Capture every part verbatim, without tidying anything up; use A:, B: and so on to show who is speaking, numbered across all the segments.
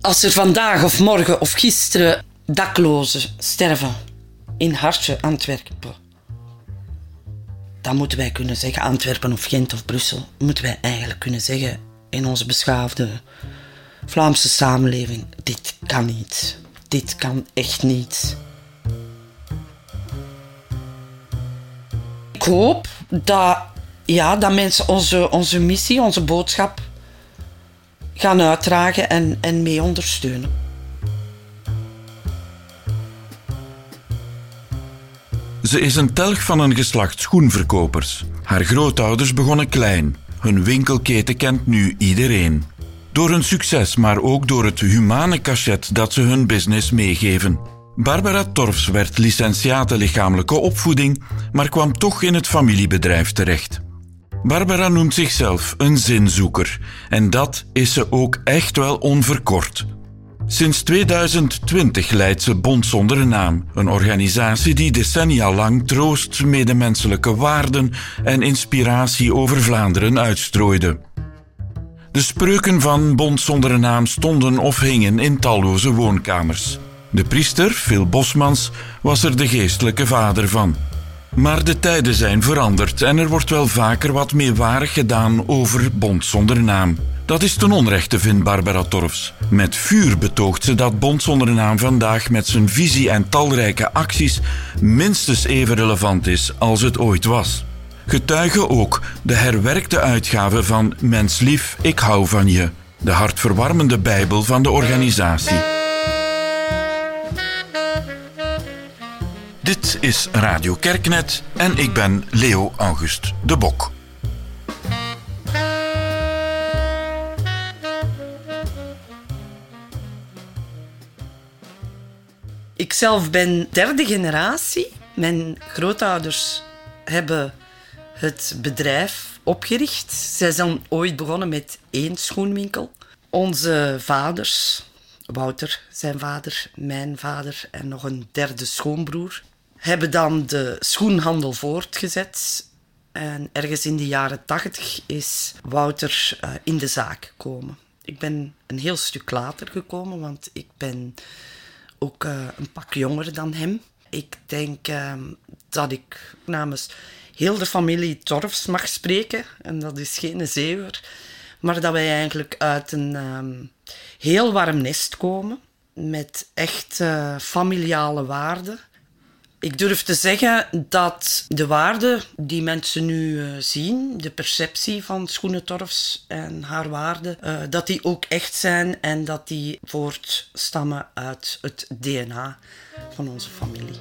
A: Als er vandaag of morgen of gisteren daklozen sterven in Hartje, Antwerpen, dan moeten wij kunnen zeggen, Antwerpen of Gent of Brussel, moeten wij eigenlijk kunnen zeggen in onze beschaafde Vlaamse samenleving, dit kan niet. Dit kan echt niet. Ik hoop dat, ja, dat mensen onze, onze missie, onze boodschap gaan uitdragen en, en mee ondersteunen.
B: Ze is een telg van een geslacht schoenverkopers. Haar grootouders begonnen klein. Hun winkelketen kent nu iedereen. Door hun succes, maar ook door het humane cachet dat ze hun business meegeven. Barbara Torfs werd licentiate lichamelijke opvoeding, maar kwam toch in het familiebedrijf terecht. Barbara noemt zichzelf een zinzoeker. En dat is ze ook echt wel onverkort. Sinds tweeduizend twintig leidt ze Bond Zonder Naam, een organisatie die decennia lang troost, medemenselijke waarden en inspiratie over Vlaanderen uitstrooide. De spreuken van Bond Zonder Naam stonden of hingen in talloze woonkamers. De priester, Phil Bosmans, was er de geestelijke vader van. Maar de tijden zijn veranderd en er wordt wel vaker wat meewarig gedaan over Bond Zonder Naam. Dat is ten onrechte, vindt Barbara Torfs. Met vuur betoogt ze dat Bond Zonder Naam vandaag met zijn visie en talrijke acties minstens even relevant is als het ooit was. Getuige ook de herwerkte uitgave van Mens lief, ik hou van je, de hartverwarmende bijbel van de organisatie. Dit is Radio Kerknet en ik ben Leo August de Bok.
A: Ikzelf ben derde generatie. Mijn grootouders hebben het bedrijf opgericht. Zij zijn ooit begonnen met één schoenwinkel. Onze vaders, Wouter, zijn vader, mijn vader en nog een derde schoonbroer, hebben dan de schoenhandel voortgezet. En ergens in de jaren tachtig is Wouter uh, in de zaak gekomen. Ik ben een heel stuk later gekomen, want ik ben ook uh, een pak jonger dan hem. Ik denk uh, dat ik namens heel de familie Torfs mag spreken. En dat is geen zeeuwer. Maar dat wij eigenlijk uit een um, heel warm nest komen. Met echt uh, familiale waarden. Ik durf te zeggen dat de waarden die mensen nu uh, zien, de perceptie van Schoene Torfs en haar waarden, uh, dat die ook echt zijn en dat die voortstammen uit het D N A van onze familie.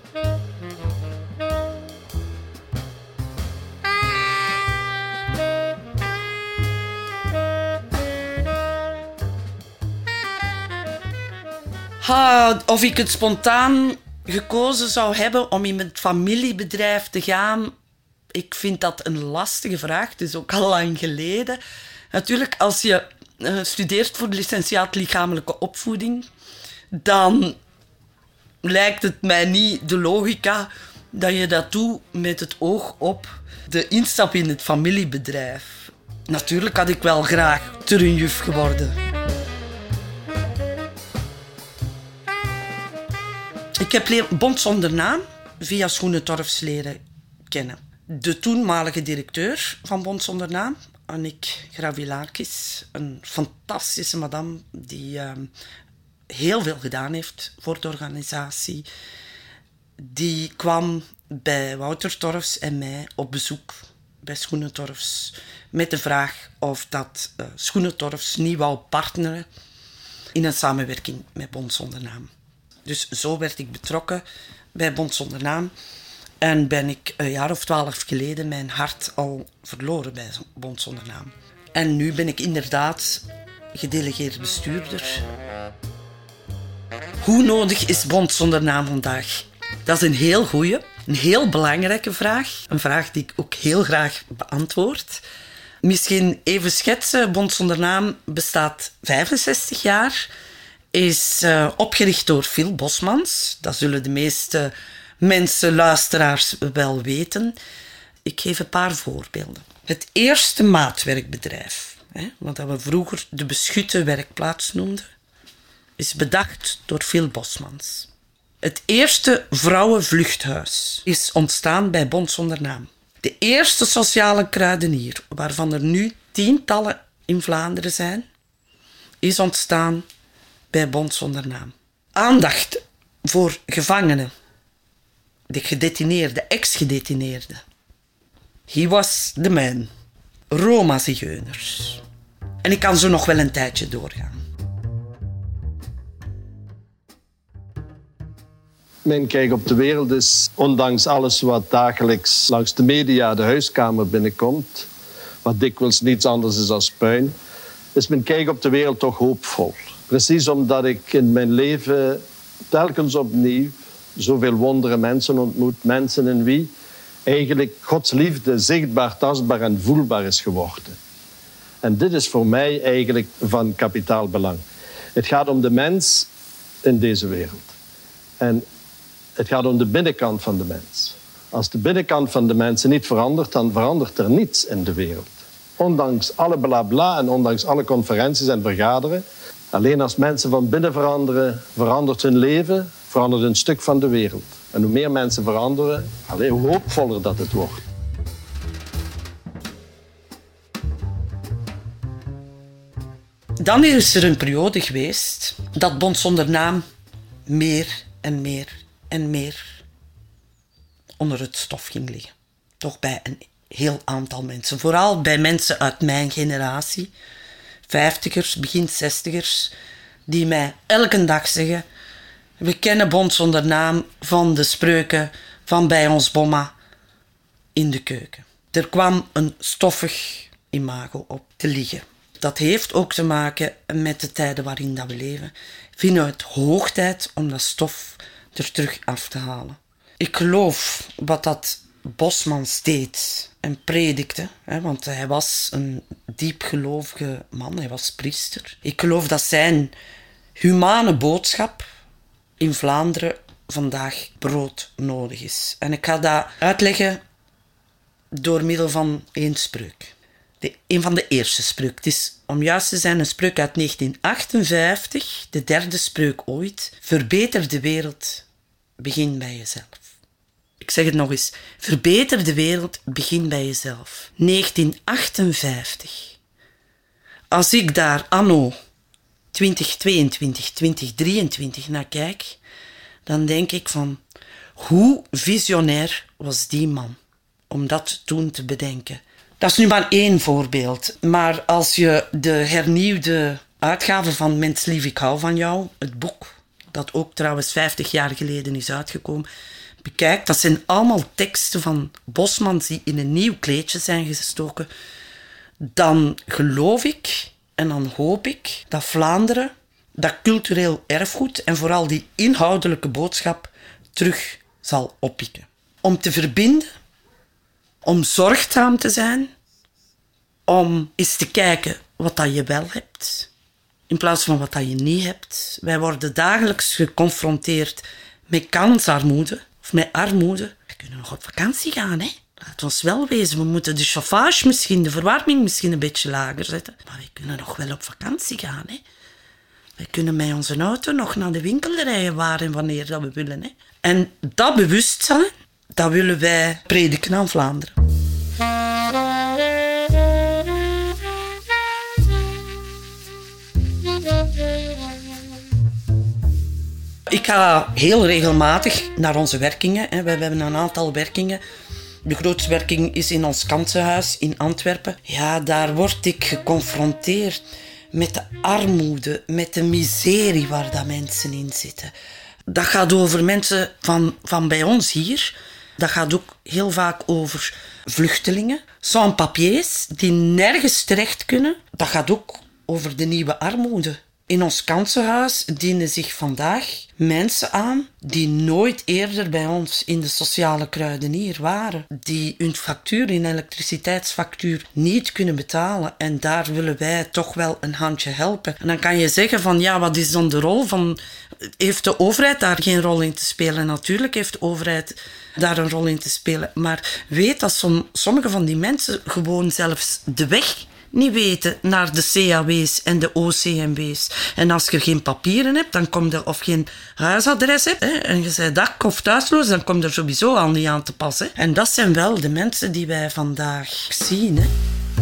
A: Ha, of ik het spontaan gekozen zou hebben om in het familiebedrijf te gaan, ik vind dat een lastige vraag. Het is ook al lang geleden. Natuurlijk, als je uh, studeert voor de licentiaat lichamelijke opvoeding, dan lijkt het mij niet de logica dat je dat doet met het oog op de instap in het familiebedrijf. Natuurlijk had ik wel graag turnjuf geworden. Ik heb Bond Zonder Naam via Schoene Torfs leren kennen. De toenmalige directeur van Bond Zonder Naam, Annick Gravilakis, een fantastische madame die uh, heel veel gedaan heeft voor de organisatie, die kwam bij Wouter Torfs en mij op bezoek bij Schoene Torfs met de vraag of dat uh, Schoene Torfs niet wou partneren in een samenwerking met Bond Zonder Naam. Dus zo werd ik betrokken bij Bond Zonder Naam. En ben ik een jaar of twaalf geleden mijn hart al verloren bij Bond Zonder Naam. En nu ben ik inderdaad gedelegeerd bestuurder. Hoe nodig is Bond Zonder Naam vandaag? Dat is een heel goeie, een heel belangrijke vraag. Een vraag die ik ook heel graag beantwoord. Misschien even schetsen. Bond Zonder Naam bestaat vijfenzestig jaar. Is uh, opgericht door Phil Bosmans. Dat zullen de meeste mensen, luisteraars, wel weten. Ik geef een paar voorbeelden. Het eerste maatwerkbedrijf, hè, wat we vroeger de beschutte werkplaats noemden, is bedacht door Phil Bosmans. Het eerste vrouwenvluchthuis is ontstaan bij Bont Zonder Naam. De eerste sociale kruidenier, waarvan er nu tientallen in Vlaanderen zijn, is ontstaan bij Bont Zonder Naam. Aandacht voor gevangenen, de gedetineerden, ex-gedetineerden. He was the man. Roma-zigeuners. En ik kan zo nog wel een tijdje doorgaan.
C: Mijn kijk op de wereld is, ondanks alles wat dagelijks langs de media de huiskamer binnenkomt, wat dikwijls niets anders is dan puin, is mijn kijk op de wereld toch hoopvol. Precies omdat ik in mijn leven telkens opnieuw zoveel wondere mensen ontmoet. Mensen in wie eigenlijk Gods liefde zichtbaar, tastbaar en voelbaar is geworden. En dit is voor mij eigenlijk van kapitaal belang. Het gaat om de mens in deze wereld. En het gaat om de binnenkant van de mens. Als de binnenkant van de mensen niet verandert, dan verandert er niets in de wereld. Ondanks alle blabla en ondanks alle conferenties en vergaderen. Alleen als mensen van binnen veranderen, verandert hun leven, verandert een stuk van de wereld. En hoe meer mensen veranderen, alleen hoe hoopvoller dat het wordt.
A: Dan is er een periode geweest dat Bont Zonder Naam meer en meer en meer onder het stof ging liggen. Toch bij een heel aantal mensen. Vooral bij mensen uit mijn generatie, vijftigers, begin zestigers, die mij elke dag zeggen: we kennen Bont Zonder Naam van de spreuken van bij ons bomma in de keuken. Er kwam een stoffig imago op te liggen. Dat heeft ook te maken met de tijden waarin dat we leven. Ik vind het hoog tijd om dat stof er terug af te halen. Ik geloof wat dat Bosmans deed en predikte, hè, want hij was een diepgelovige man, hij was priester. Ik geloof dat zijn humane boodschap in Vlaanderen vandaag broodnodig is. En ik ga dat uitleggen door middel van één spreuk. De, een van de eerste spreuken. Het is, om juist te zijn, een spreuk uit negentien achtenvijftig, de derde spreuk ooit. Verbeter de wereld, begin bij jezelf. Ik zeg het nog eens. Verbeter de wereld, begin bij jezelf. negentien achtenvijftig. Als ik daar anno twintig tweeëntwintig, twintig drieëntwintig naar kijk, dan denk ik van, hoe visionair was die man om dat toen te bedenken. Dat is nu maar één voorbeeld. Maar als je de hernieuwde uitgave van Mens lief, ik hou van jou, het boek, dat ook trouwens vijftig jaar geleden is uitgekomen, bekijkt, dat zijn allemaal teksten van Bosmans die in een nieuw kleedje zijn gestoken, dan geloof ik en dan hoop ik dat Vlaanderen dat cultureel erfgoed en vooral die inhoudelijke boodschap terug zal oppikken. Om te verbinden, om zorgzaam te zijn, om eens te kijken wat dat je wel hebt, in plaats van wat dat je niet hebt. Wij worden dagelijks geconfronteerd met kansarmoede, of met armoede. We kunnen nog op vakantie gaan, hè. Laat ons wel wezen, we moeten de chauffage misschien, de verwarming misschien een beetje lager zetten. Maar we kunnen nog wel op vakantie gaan, hè. We kunnen met onze auto nog naar de winkel rijden waar en wanneer dat we willen, hè. En dat bewustzijn, dat willen wij prediken aan Vlaanderen. Ik ga heel regelmatig naar onze werkingen. We hebben een aantal werkingen. De grootste werking is in ons kansenhuis in Antwerpen. Ja, daar word ik geconfronteerd met de armoede, met de miserie waar dat mensen in zitten. Dat gaat over mensen van, van bij ons hier. Dat gaat ook heel vaak over vluchtelingen, sans-papiers, die nergens terecht kunnen. Dat gaat ook over de nieuwe armoede. In ons kansenhuis dienen zich vandaag mensen aan die nooit eerder bij ons in de sociale kruidenier waren. Die hun factuur, hun elektriciteitsfactuur niet kunnen betalen. En daar willen wij toch wel een handje helpen. En dan kan je zeggen van ja, wat is dan de rol van... Heeft de overheid daar geen rol in te spelen? Natuurlijk heeft de overheid daar een rol in te spelen. Maar weet dat som, sommige van die mensen gewoon zelfs de weg niet weten naar de C A W's en de O C M W's. En als je geen papieren hebt, dan kom je, of geen huisadres hebt, hè, en je bent dak- of thuisloos, dan kom je er sowieso al niet aan te pas. Hè. En dat zijn wel de mensen die wij vandaag zien. Hè.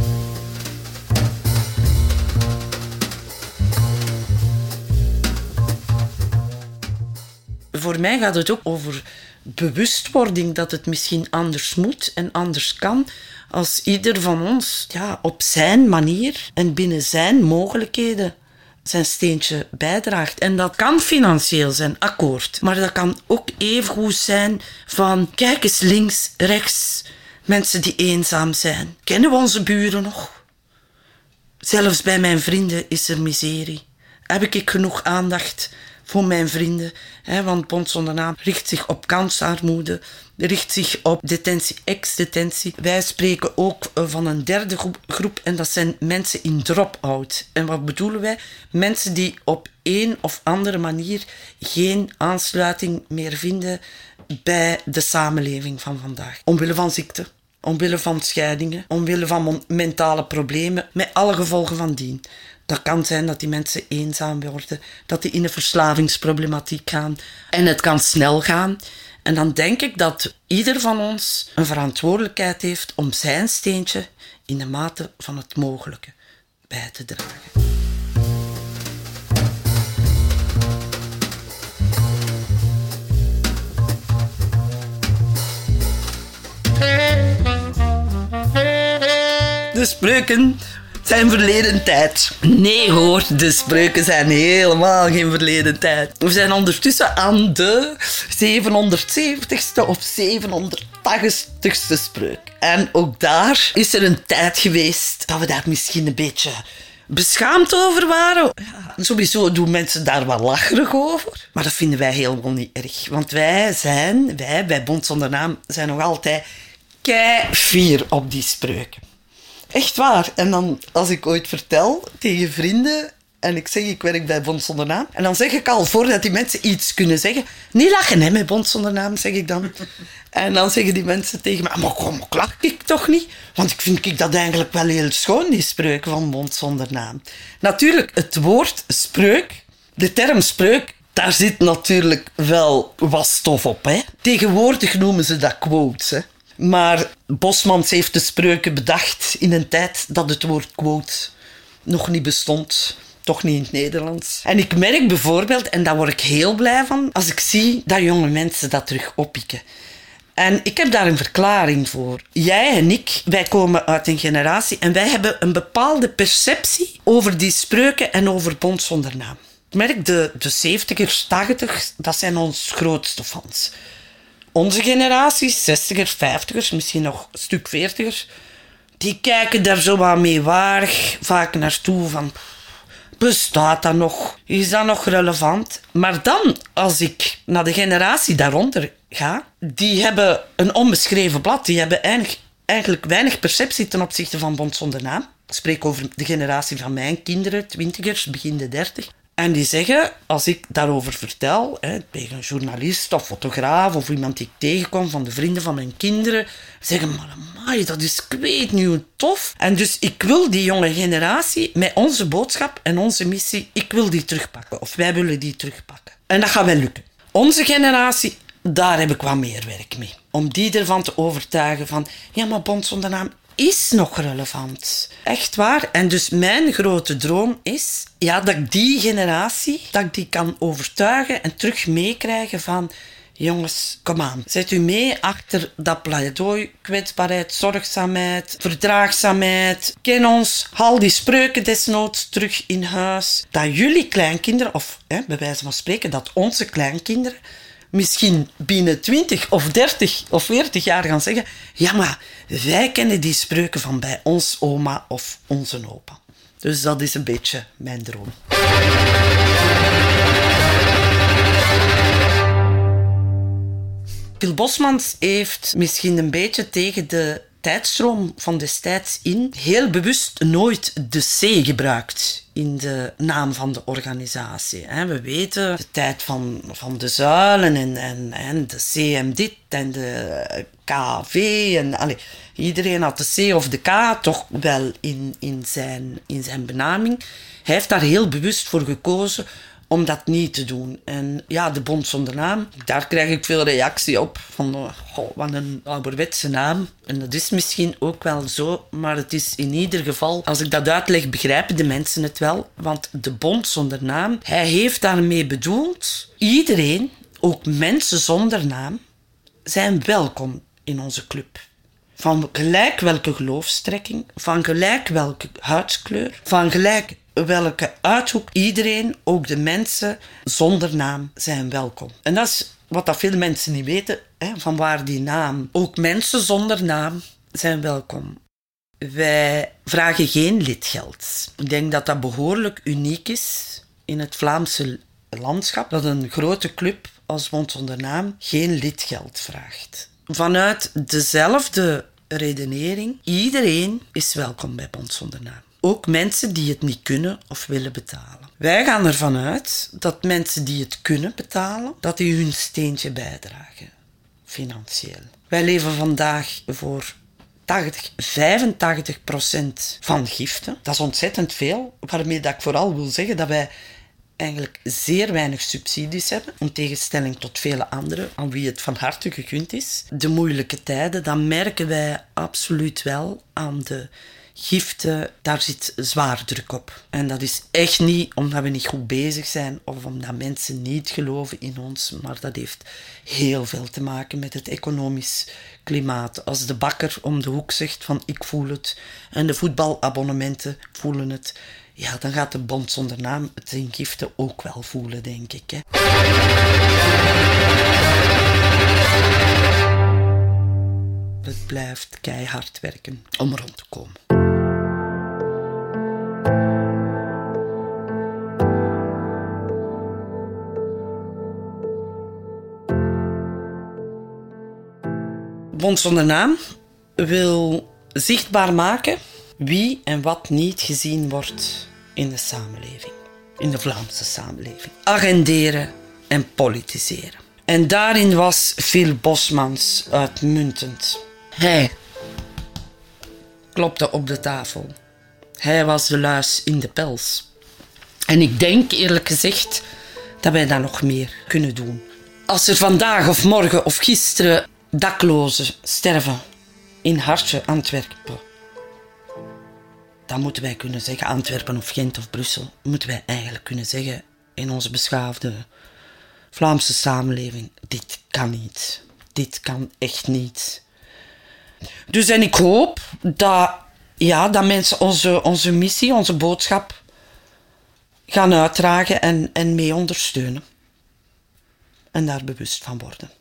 A: Voor mij gaat het ook over bewustwording dat het misschien anders moet en anders kan als ieder van ons ja, op zijn manier en binnen zijn mogelijkheden zijn steentje bijdraagt. En dat kan financieel zijn, akkoord. Maar dat kan ook evengoed zijn van kijk eens links, rechts, mensen die eenzaam zijn. Kennen we onze buren nog? Zelfs bij mijn vrienden is er miserie. Heb ik genoeg aandacht voor mijn vrienden? Hè, want Bond Zonder Naam richt zich op kansarmoede, richt zich op detentie, ex-detentie. Wij spreken ook van een derde groep en dat zijn mensen in drop-out. En wat bedoelen wij? Mensen die op een of andere manier geen aansluiting meer vinden bij de samenleving van vandaag. Omwille van ziekte, omwille van scheidingen, omwille van mentale problemen, met alle gevolgen van dien. Dat kan zijn dat die mensen eenzaam worden, dat die in een verslavingsproblematiek gaan. En het kan snel gaan. En dan denk ik dat ieder van ons een verantwoordelijkheid heeft om zijn steentje in de mate van het mogelijke bij te dragen. De spreuken zijn verleden tijd. Nee hoor, de spreuken zijn helemaal geen verleden tijd. We zijn ondertussen aan de zevenhonderdzeventigste of zevenhonderdtachtigste spreuk. En ook daar is er een tijd geweest dat we daar misschien een beetje beschaamd over waren. Ja, sowieso doen mensen daar wel lacherig over. Maar dat vinden wij helemaal niet erg. Want wij zijn, wij bij Bond Zonder Naam, zijn nog altijd kei fier op die spreuken. Echt waar. En dan, als ik ooit vertel tegen vrienden en ik zeg ik werk bij Bond Zonder Naam, en dan zeg ik al voordat die mensen iets kunnen zeggen, niet lachen hè, met Bond Zonder Naam, zeg ik dan. En dan zeggen die mensen tegen me, maar kom, lach ik toch niet? Want ik vind ik dat eigenlijk wel heel schoon, die spreuk van Bond Zonder Naam. Natuurlijk, het woord spreuk, de term spreuk, daar zit natuurlijk wel wat stof op. Hè? Tegenwoordig noemen ze dat quotes, hè. Maar Bosmans heeft de spreuken bedacht in een tijd dat het woord quote nog niet bestond. Toch niet in het Nederlands. En ik merk bijvoorbeeld, en daar word ik heel blij van, als ik zie dat jonge mensen dat terug oppikken. En ik heb daar een verklaring voor. Jij en ik, wij komen uit een generatie en wij hebben een bepaalde perceptie over die spreuken en over Bond Zonder Naam. Ik merk, de, de zeventigers, tachtigers, dat zijn ons grootste fans. Onze generatie, zestigers, vijftigers, misschien nog een stuk veertigers, die kijken daar zo wat meewarig vaak naartoe van, bestaat dat nog? Is dat nog relevant? Maar dan, als ik naar de generatie daaronder ga, die hebben een onbeschreven blad, die hebben eigenlijk, eigenlijk weinig perceptie ten opzichte van Bond Zonder Naam. Ik spreek over de generatie van mijn kinderen, twintigers, begin de dertig. En die zeggen, als ik daarover vertel, hè, tegen een journalist of fotograaf of iemand die ik tegenkom van de vrienden van mijn kinderen, zeggen, maar amai, dat is kweet nu tof. En dus ik wil die jonge generatie met onze boodschap en onze missie, ik wil die terugpakken. Of wij willen die terugpakken. En dat gaat wel lukken. Onze generatie, daar heb ik wat meer werk mee. Om die ervan te overtuigen van, ja, maar Bond Zonder Naam is nog relevant. Echt waar. En dus mijn grote droom is ja, dat ik die generatie dat ik die kan overtuigen en terug meekrijgen van jongens, kom aan. Zet u mee achter dat pleidooi. Kwetsbaarheid, zorgzaamheid, verdraagzaamheid. Ken ons. Haal die spreuken desnoods terug in huis. Dat jullie kleinkinderen, of hè, bij wijze van spreken, dat onze kleinkinderen misschien binnen twintig of dertig of veertig jaar gaan zeggen, ja, maar wij kennen die spreuken van bij ons oma of onze opa. Dus dat is een beetje mijn droom. Phil Bosmans heeft misschien een beetje tegen de tijdstroom van destijds in heel bewust nooit de C gebruikt in de naam van de organisatie. We weten de tijd van, van de zuilen en, en, en de C M dit en de K V. En, allez, iedereen had de C of de K toch wel in, in, zijn, in zijn benaming. Hij heeft daar heel bewust voor gekozen om dat niet te doen. En ja, de Bond zonder naam, daar krijg ik veel reactie op. Van, oh, wat een ouderwetse naam. En dat is misschien ook wel zo, maar het is in ieder geval, als ik dat uitleg, begrijpen de mensen het wel. Want de Bond zonder naam, hij heeft daarmee bedoeld, iedereen, ook mensen zonder naam, zijn welkom in onze club. Van gelijk welke geloofstrekking, van gelijk welke huidskleur, van gelijk welke uithoek, iedereen, ook de mensen zonder naam, zijn welkom. En dat is wat dat veel mensen niet weten, hè, van waar die naam. Ook mensen zonder naam zijn welkom. Wij vragen geen lidgeld. Ik denk dat dat behoorlijk uniek is in het Vlaamse landschap, dat een grote club als Bond zonder naam geen lidgeld vraagt. Vanuit dezelfde redenering, iedereen is welkom bij Bond zonder naam. Ook mensen die het niet kunnen of willen betalen. Wij gaan ervan uit dat mensen die het kunnen betalen, dat die hun steentje bijdragen, financieel. Wij leven vandaag voor tachtig, vijfentachtig procent van giften. Dat is ontzettend veel, waarmee dat ik vooral wil zeggen dat wij eigenlijk zeer weinig subsidies hebben, in tegenstelling tot vele anderen, aan wie het van harte gegund is. De moeilijke tijden, dat merken wij absoluut wel aan de giften, daar zit zwaar druk op. En dat is echt niet omdat we niet goed bezig zijn of omdat mensen niet geloven in ons, maar dat heeft heel veel te maken met het economisch klimaat. Als de bakker om de hoek zegt van ik voel het en de voetbalabonnementen voelen het, ja, dan gaat de Bond zonder naam het in giften ook wel voelen, denk ik. Hè. Het blijft keihard werken om rond te komen. Bond zonder naam wil zichtbaar maken wie en wat niet gezien wordt in de samenleving, in de Vlaamse samenleving. Agenderen en politiseren. En daarin was Phil Bosmans uitmuntend. Hij klopte op de tafel. Hij was de luis in de pels. En ik denk eerlijk gezegd dat wij dat nog meer kunnen doen. Als er vandaag of morgen of gisteren daklozen sterven in Hartje, Antwerpen, dan moeten wij kunnen zeggen, Antwerpen of Gent of Brussel, moeten wij eigenlijk kunnen zeggen in onze beschaafde Vlaamse samenleving, dit kan niet. Dit kan echt niet. Dus en ik hoop dat, ja, dat mensen onze, onze missie, onze boodschap gaan uitdragen en, en mee ondersteunen. En daar bewust van worden.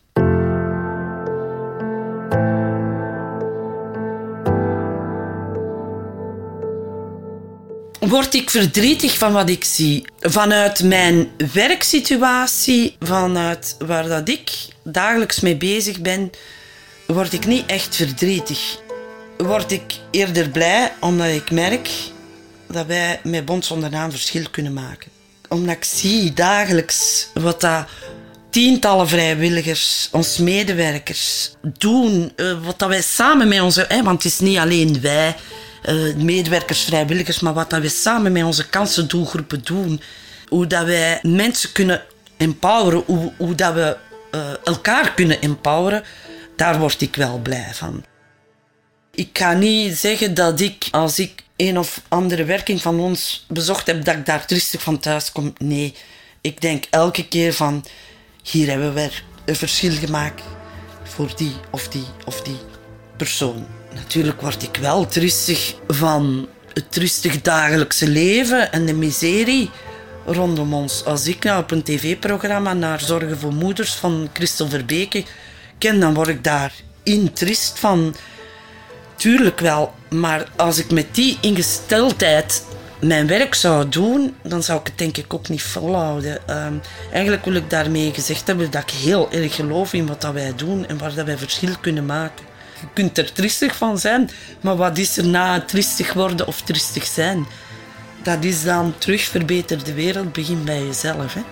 A: Word ik verdrietig van wat ik zie? Vanuit mijn werksituatie, vanuit waar dat ik dagelijks mee bezig ben, word ik niet echt verdrietig. Word ik eerder blij omdat ik merk dat wij met Bond zonder naam verschil kunnen maken. Omdat ik zie dagelijks wat dat tientallen vrijwilligers, ons medewerkers doen, wat dat wij samen met onze... Hè, want het is niet alleen wij... Uh, medewerkers, vrijwilligers, maar wat dat we samen met onze kansendoelgroepen doen. Hoe dat wij mensen kunnen empoweren, hoe, hoe dat we uh, elkaar kunnen empoweren, daar word ik wel blij van. Ik ga niet zeggen dat ik, als ik een of andere werking van ons bezocht heb, dat ik daar triestig van thuis kom. Nee, ik denk elke keer van, hier hebben we weer een verschil gemaakt voor die of die of die persoon. Natuurlijk word ik wel triestig van het triestig dagelijkse leven en de miserie rondom ons. Als ik nou op een tv-programma naar Zorgen voor Moeders van Christel Verbeke ken, dan word ik daarin triest van. Tuurlijk wel, maar als ik met die ingesteldheid mijn werk zou doen, dan zou ik het denk ik ook niet volhouden. Um, eigenlijk wil ik daarmee gezegd hebben dat ik heel erg geloof in wat dat wij doen en waar dat wij verschil kunnen maken. Je kunt er triestig van zijn, maar wat is er na het triestig worden of triestig zijn? Dat is dan terug verbeter de wereld, begin bij jezelf. Hè?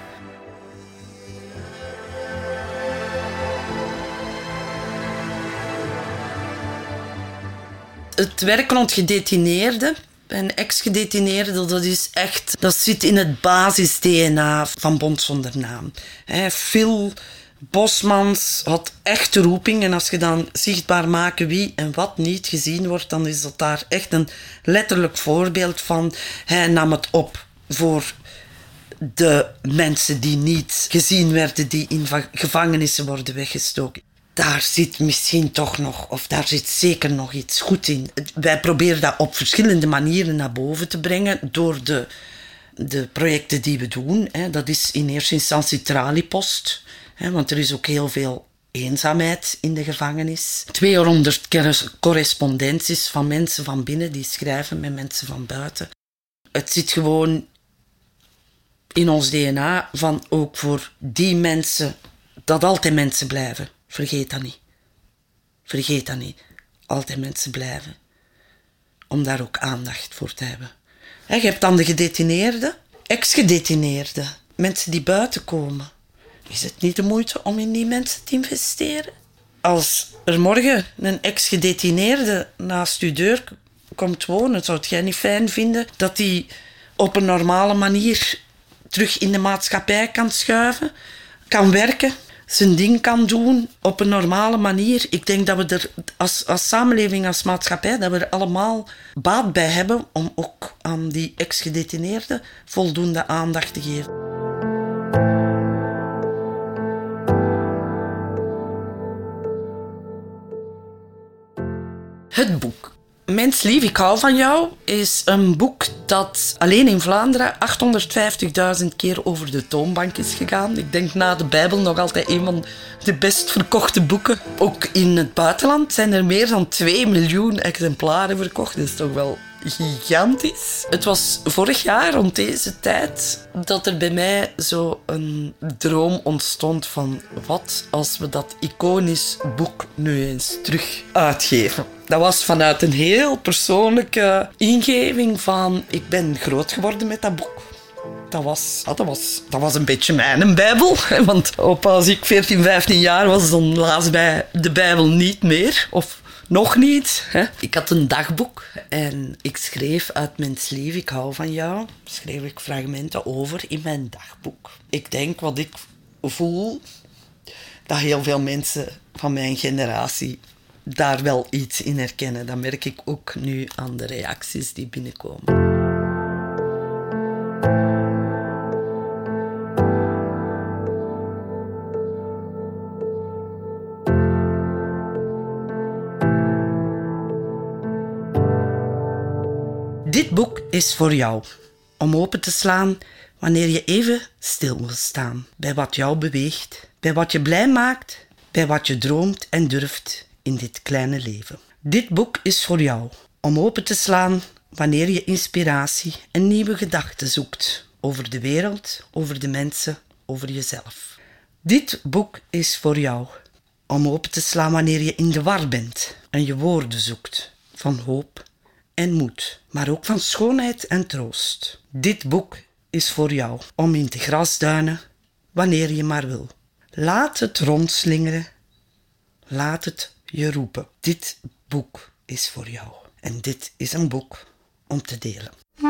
A: Het werk rond gedetineerden en ex-gedetineerden, dat is echt, dat zit in het basis-D N A van Bond Zonder Naam. He, Phil Bosmans had echt de roeping en als je dan zichtbaar maken wie en wat niet gezien wordt, dan is dat daar echt een letterlijk voorbeeld van. Hij nam het op voor de mensen die niet gezien werden, die in gevangenissen worden weggestoken. Daar zit misschien toch nog, of daar zit zeker nog iets goed in. Wij proberen dat op verschillende manieren naar boven te brengen door de, de projecten die we doen. Dat is in eerste instantie Traliepost, want er is ook heel veel eenzaamheid in de gevangenis. tweehonderd correspondenties van mensen van binnen die schrijven met mensen van buiten. Het zit gewoon in ons D N A van ook voor die mensen dat altijd mensen blijven. Vergeet dat niet. Vergeet dat niet. Altijd mensen blijven. Om daar ook aandacht voor te hebben. Je hebt dan de gedetineerden, ex-gedetineerden, mensen die buiten komen. Is het niet de moeite om in die mensen te investeren? Als er morgen een ex-gedetineerde naast uw deur komt wonen, zou jij niet fijn vinden dat die op een normale manier terug in de maatschappij kan schuiven, kan werken, zijn ding kan doen op een normale manier. Ik denk dat we er als, als samenleving, als maatschappij, dat we er allemaal baat bij hebben om ook aan die ex-gedetineerden voldoende aandacht te geven. Het boek Mens lief, ik hou van jou is een boek dat alleen in Vlaanderen achthonderdvijftigduizend keer over de toonbank is gegaan. Ik denk na de Bijbel nog altijd een van de best verkochte boeken. Ook in het buitenland zijn er meer dan twee miljoen exemplaren verkocht. Dat is toch wel gigantisch. Het was vorig jaar rond deze tijd dat er bij mij zo een droom ontstond van wat als we dat iconisch boek nu eens terug uitgeven. Dat was vanuit een heel persoonlijke ingeving van ik ben groot geworden met dat boek. Dat was, ja, dat was, dat was een beetje mijn Bijbel. Want op, als ik veertien, vijftien jaar was, dan las bij de Bijbel niet meer. Of nog niet. Hè. Ik had een dagboek en ik schreef uit Mens lief, ik hou van jou. Schreef ik fragmenten over in mijn dagboek. Ik denk wat ik voel, dat heel veel mensen van mijn generatie daar wel iets in herkennen. Dat merk ik ook nu aan de reacties die binnenkomen. Dit boek is voor jou, om open te slaan wanneer je even stil wil staan. Bij wat jou beweegt, bij wat je blij maakt, bij wat je droomt en durft in dit kleine leven. Dit boek is voor jou, om open te slaan wanneer je inspiratie en nieuwe gedachten zoekt over de wereld, over de mensen, over jezelf. Dit boek is voor jou, om open te slaan wanneer je in de war bent en je woorden zoekt van hoop en moed, maar ook van schoonheid en troost. Dit boek is voor jou om in te grasduinen wanneer je maar wil. Laat het rondslingeren, laat het je roepen. Dit boek is voor jou en dit is een boek om te delen.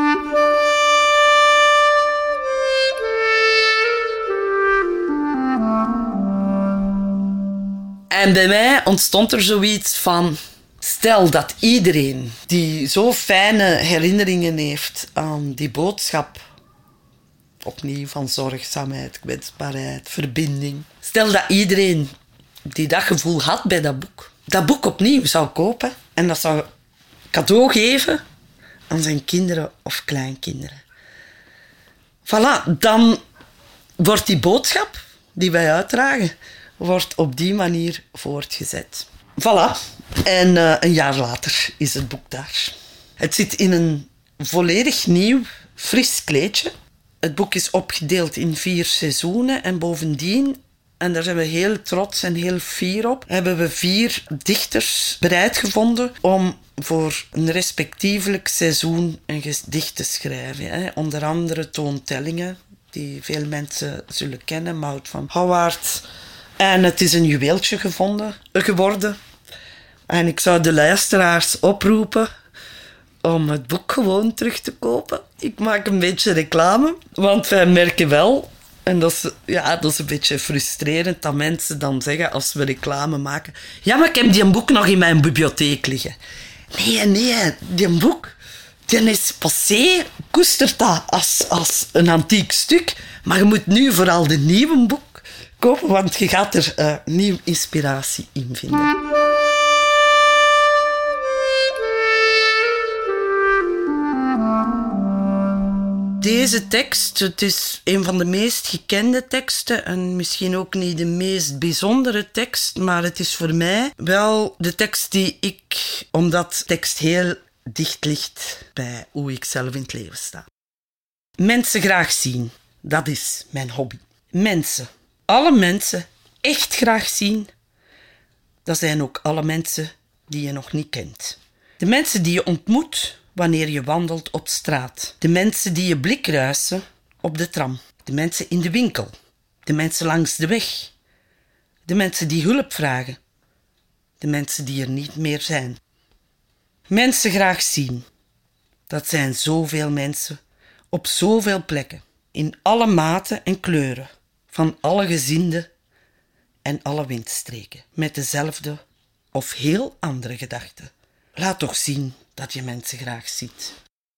A: En bij mij ontstond er zoiets van, stel dat iedereen die zo fijne herinneringen heeft aan die boodschap, opnieuw van zorgzaamheid, kwetsbaarheid, verbinding. Stel dat iedereen die dat gevoel had bij dat boek, dat boek opnieuw zou kopen en dat zou cadeau geven aan zijn kinderen of kleinkinderen. Voilà, dan wordt die boodschap die wij uitdragen, wordt op die manier voortgezet. Voilà. En uh, een jaar later is het boek daar. Het zit in een volledig nieuw, fris kleedje. Het boek is opgedeeld in vier seizoenen en bovendien En daar zijn we heel trots en heel fier op. Hebben we vier dichters bereid gevonden om voor een respectievelijk seizoen een gedicht te schrijven. Hè. Onder andere Toon Tellingen, die veel mensen zullen kennen, Maud van Houwaard. En het is een juweeltje gevonden, geworden. En ik zou de luisteraars oproepen om het boek gewoon terug te kopen. Ik maak een beetje reclame, want wij merken wel, en dat is, ja, dat is een beetje frustrerend, dat mensen dan zeggen als we reclame maken: ja, maar ik heb die boek nog in mijn bibliotheek liggen. Nee, nee, die boek, die is passé, koestert dat als, als een antiek stuk, maar je moet nu vooral de nieuwe boek kopen, want je gaat er uh, nieuwe inspiratie in vinden. Deze tekst, het is een van de meest gekende teksten en misschien ook niet de meest bijzondere tekst, maar het is voor mij wel de tekst die ik, omdat de tekst heel dicht ligt bij hoe ik zelf in het leven sta. Mensen graag zien, dat is mijn hobby. Mensen, alle mensen echt graag zien, dat zijn ook alle mensen die je nog niet kent. De mensen die je ontmoet wanneer je wandelt op straat. De mensen die je blik ruisen op de tram. De mensen in de winkel. De mensen langs de weg. De mensen die hulp vragen. De mensen die er niet meer zijn. Mensen graag zien. Dat zijn zoveel mensen op zoveel plekken. In alle maten en kleuren. Van alle gezinden en alle windstreken. Met dezelfde of heel andere gedachten. Laat toch zien dat je mensen graag ziet.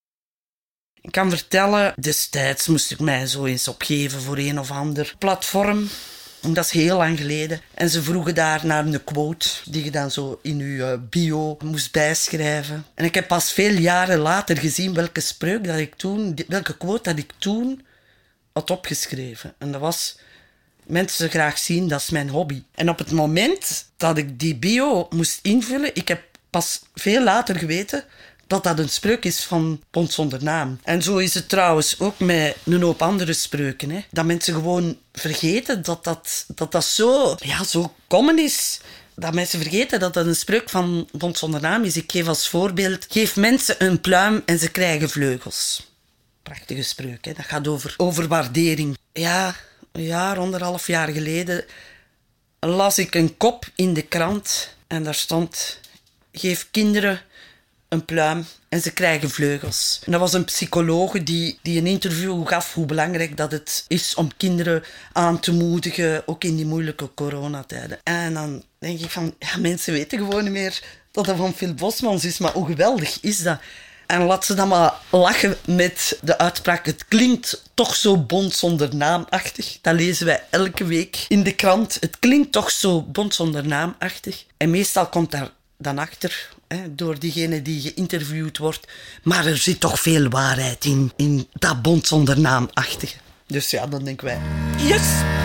A: Ik kan vertellen, destijds moest ik mij zo eens opgeven voor een of ander platform. Dat is heel lang geleden. En ze vroegen daar naar een quote die je dan zo in je bio moest bijschrijven. En ik heb pas veel jaren later gezien welke spreuk dat ik toen, welke quote dat ik toen had opgeschreven. En dat was: mensen graag zien, dat is mijn hobby. En op het moment dat ik die bio moest invullen, ik heb pas veel later geweten dat dat een spreuk is van Bont zonder naam. En zo is het trouwens ook met een hoop andere spreuken. Hè? Dat mensen gewoon vergeten dat dat, dat, dat zo, ja, zo common is. Dat mensen vergeten dat dat een spreuk van Bont zonder naam is. Ik geef als voorbeeld: geef mensen een pluim en ze krijgen vleugels. Prachtige spreuk, hè? Dat gaat over, over waardering. Ja, een jaar, anderhalf jaar geleden las ik een kop in de krant en daar stond: geef kinderen een pluim en ze krijgen vleugels. En dat was een psycholoog die, die een interview gaf hoe belangrijk dat het is om kinderen aan te moedigen, ook in die moeilijke coronatijden. En dan denk ik van, ja, mensen weten gewoon niet meer dat dat van Phil Bosmans is, maar hoe geweldig is dat? En laat ze dan maar lachen met de uitspraak: het klinkt toch zo Bont zonder naamachtig. Dat lezen wij elke week in de krant. Het klinkt toch zo Bont zonder naamachtig. En meestal komt daar dan achter, hè, door diegene die geïnterviewd wordt: maar er zit toch veel waarheid in, in dat Bont zonder naamachtige. Dus ja, dan denken wij: yes!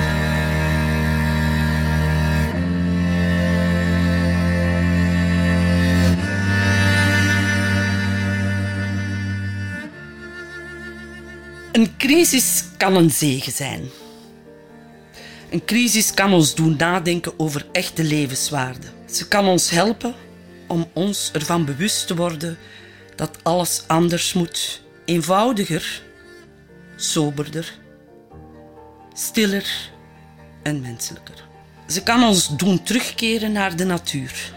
A: Een crisis kan een zegen zijn. Een crisis kan ons doen nadenken over echte levenswaarde. Ze kan ons helpen om ons ervan bewust te worden dat alles anders moet. Eenvoudiger, soberder, stiller en menselijker. Ze kan ons doen terugkeren naar de natuur.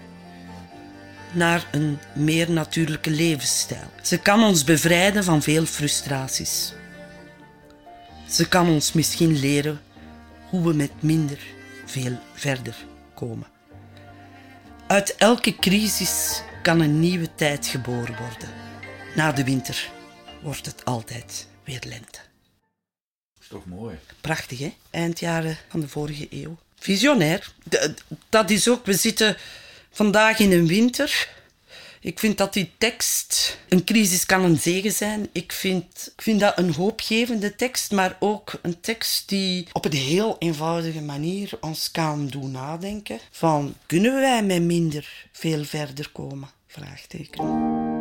A: Naar een meer natuurlijke levensstijl. Ze kan ons bevrijden van veel frustraties. Ze kan ons misschien leren hoe we met minder veel verder komen. Uit elke crisis kan een nieuwe tijd geboren worden. Na de winter wordt het altijd weer lente.
B: Dat is toch mooi?
A: Prachtig, hè? Eindjaren van de vorige eeuw. Visionair. Dat is ook, we zitten vandaag in een winter. Ik vind dat die tekst, een crisis kan een zegen zijn. Ik vind, ik vind dat een hoopgevende tekst, maar ook een tekst die op een heel eenvoudige manier ons kan doen nadenken. Van, kunnen wij met minder veel verder komen? Vraagteken.